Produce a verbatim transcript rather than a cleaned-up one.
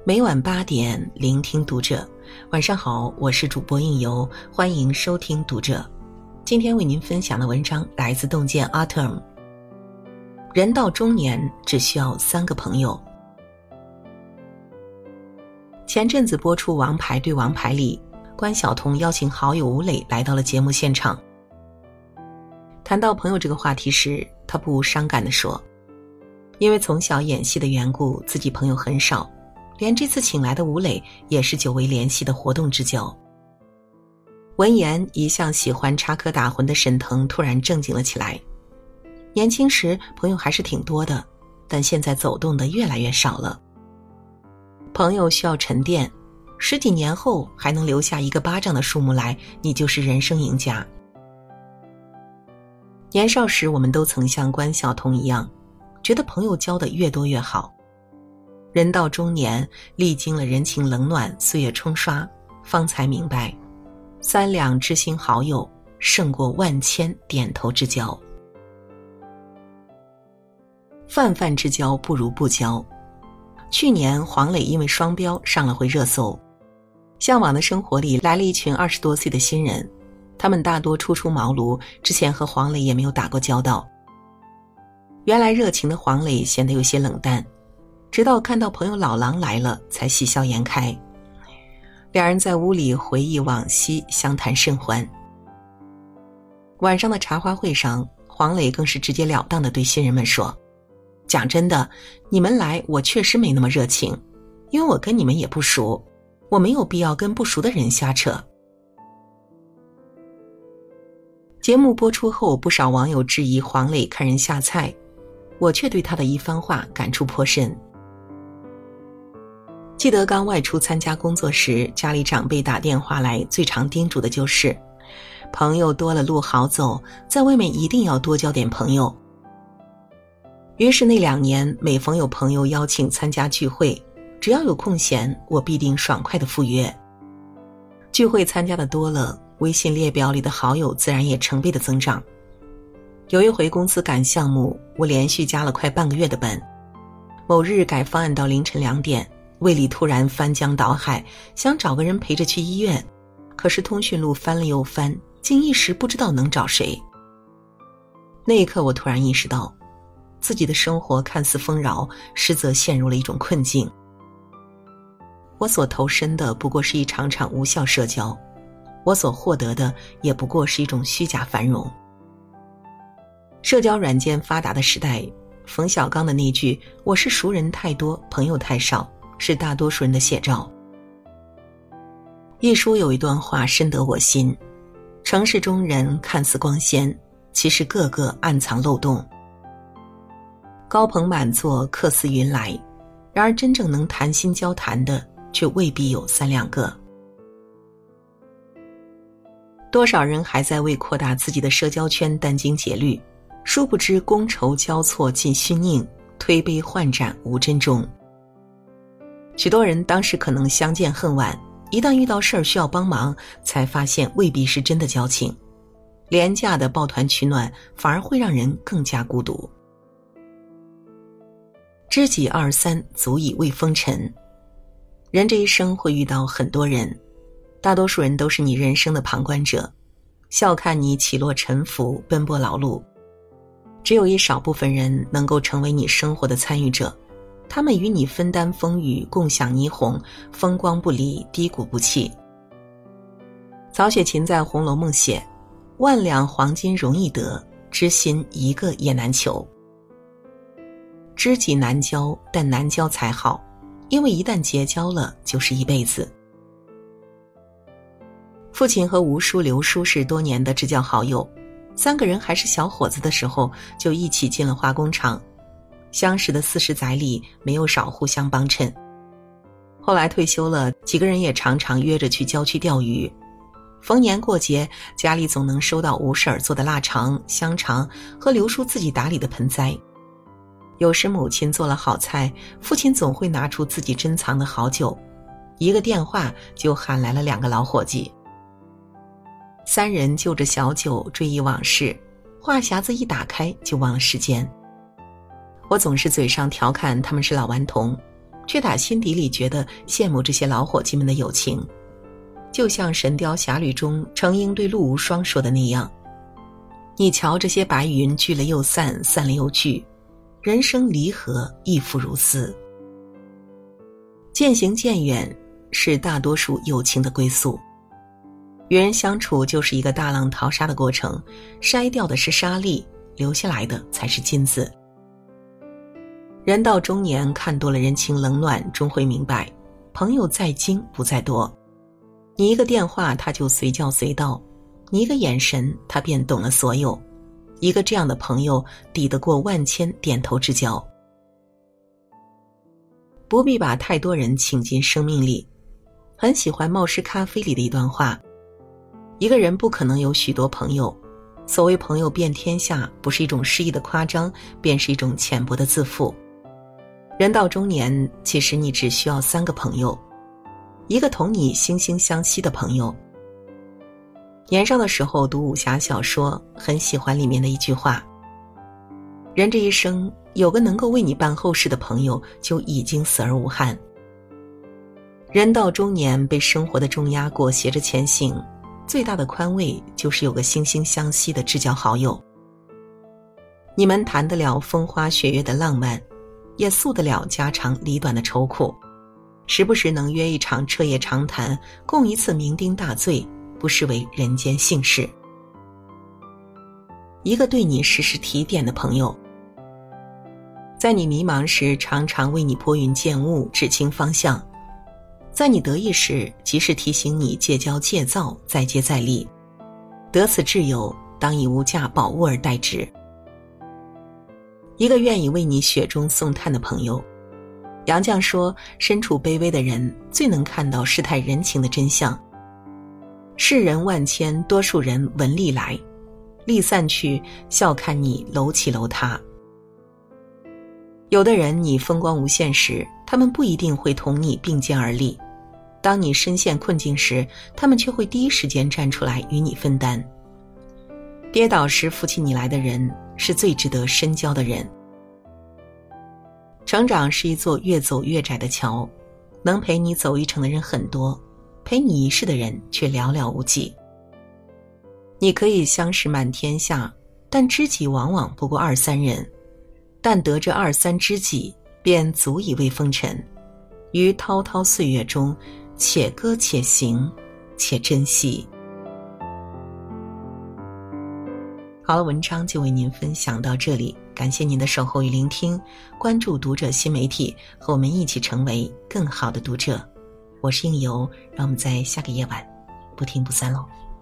每晚八点，聆听读者。晚上好，我是主播应由，欢迎收听读者。今天为您分享的文章来自洞见 Autumn。 人到中年只需要三个朋友。前阵子播出《王牌对王牌》里，关晓彤邀请好友吴磊来到了节目现场。谈到朋友这个话题时，他不无伤感地说，因为从小演戏的缘故，自己朋友很少，连这次请来的吴磊也是久违联系的活动之交。闻言，一向喜欢插科打诨的沈腾突然正经了起来。年轻时朋友还是挺多的，但现在走动的越来越少了。朋友需要沉淀，十几年后还能留下一个巴掌的数目来，你就是人生赢家。年少时我们都曾像关晓彤一样，觉得朋友交的越多越好。人到中年，历经了人情冷暖，岁月冲刷，方才明白，三两知心好友胜过万千点头之交。泛泛之交不如不交。去年黄磊因为双标上了回热搜。向往的生活里来了一群二十多岁的新人，他们大多初出茅庐，之前和黄磊也没有打过交道。原来热情的黄磊显得有些冷淡，直到看到朋友老狼来了才喜笑颜开。两人在屋里回忆往昔，相谈甚欢。晚上的茶话会上，黄磊更是直截了当地对新人们说，讲真的，你们来我确实没那么热情，因为我跟你们也不熟，我没有必要跟不熟的人瞎扯。节目播出后，不少网友质疑黄磊看人下菜，我却对他的一番话感触颇深。记得刚外出参加工作时，家里长辈打电话来，最常叮嘱的就是朋友多了路好走，在外面一定要多交点朋友。于是那两年，每逢有朋友邀请参加聚会，只要有空闲，我必定爽快的赴约。聚会参加的多了，微信列表里的好友自然也成倍的增长。有一回公司赶项目，我连续加了快半个月的班。某日改方案到凌晨两点，胃里突然翻江倒海，想找个人陪着去医院，可是通讯录翻了又翻，竟一时不知道能找谁。那一刻我突然意识到，自己的生活看似丰饶，实则陷入了一种困境。我所投身的不过是一场场无效社交，我所获得的也不过是一种虚假繁荣。社交软件发达的时代，冯小刚的那句我是熟人太多，朋友太少，是大多数人的写照。一书有一段话深得我心，城市中人看似光鲜，其实个个暗藏漏洞。高朋满座，客似云来，然而真正能谈心交谈的却未必有三两个。多少人还在为扩大自己的社交圈殚精竭虑，殊不知觥筹交错尽虚宁，推杯换盏无真衷。许多人当时可能相见恨晚，一旦遇到事儿需要帮忙，才发现未必是真的交情。廉价的抱团取暖反而会让人更加孤独。知己二三，足以慰风尘。人这一生会遇到很多人，大多数人都是你人生的旁观者，笑看你起落沉浮，奔波劳碌。只有一少部分人能够成为你生活的参与者，他们与你分担风雨，共享霓虹，风光不离，低谷不弃。曹雪芹在《红楼梦》写，万两黄金容易得，知心一个也难求。知己难交，但难交才好，因为一旦结交了，就是一辈子。父亲和吴叔、刘叔是多年的至交好友，三个人还是小伙子的时候就一起进了化工厂，相识的四十载里没有少互相帮衬。后来退休了，几个人也常常约着去郊区钓鱼。逢年过节，家里总能收到吴婶儿做的腊肠、香肠和刘叔自己打理的盆栽。有时母亲做了好菜，父亲总会拿出自己珍藏的好酒，一个电话就喊来了两个老伙计。三人就着小酒追忆往事，话匣子一打开就忘了时间。我总是嘴上调侃他们是老顽童， 却打心底里觉得羡慕这些老伙计们的友情。就像《神雕侠侣》中程婴对陆无双说的那样，你瞧这些白云聚了又散，散了又聚，人生离合亦复如斯。渐行渐远是大多数友情的归宿。与人相处就是一个大浪淘沙的过程，筛掉的是沙粒，留下来的才是金子。人到中年，看多了人情冷暖，终会明白，朋友在精不在多。你一个电话，他就随叫随到；你一个眼神，他便懂了所有。一个这样的朋友，抵得过万千点头之交。不必把太多人请进生命里。很喜欢《冒失咖啡》里的一段话：一个人不可能有许多朋友，所谓朋友遍天下，不是一种诗意的夸张，便是一种浅薄的自负。人到中年，其实你只需要三个朋友，一个同你惺惺相惜的朋友。年少的时候读武侠小说，很喜欢里面的一句话：人这一生有个能够为你办后事的朋友，就已经死而无憾。人到中年，被生活的重压裹挟着前行，最大的宽慰就是有个惺惺相惜的至交好友。你们谈得了风花雪月的浪漫，也诉得了家长里短的愁苦，时不时能约一场彻夜长谈，共一次酩酊大醉，不失为人间幸事。一个对你时时提点的朋友，在你迷茫时常常为你拨云见雾，指清方向；在你得意时及时提醒你戒骄戒躁，再接再厉。得此挚友，当以无价宝物而待之。一个愿意为你雪中送炭的朋友。杨绛说，身处卑微的人最能看到世态人情的真相。世人万千，多数人闻利来，利散去，笑看你楼起楼塌。有的人你风光无限时，他们不一定会同你并肩而立；当你深陷困境时，他们却会第一时间站出来与你分担。跌倒时扶起你来的人，是最值得深交的人。成长是一座越走越窄的桥，能陪你走一程的人很多，陪你一世的人却寥寥无几。你可以相识满天下，但知己往往不过二三人，但得这二三知己，便足以为风尘。于滔滔岁月中，且歌且行，且珍惜。好了，文章就为您分享到这里，感谢您的守候与聆听，关注读者新媒体，和我们一起成为更好的读者。我是应由，让我们在下个夜晚不听不散喽。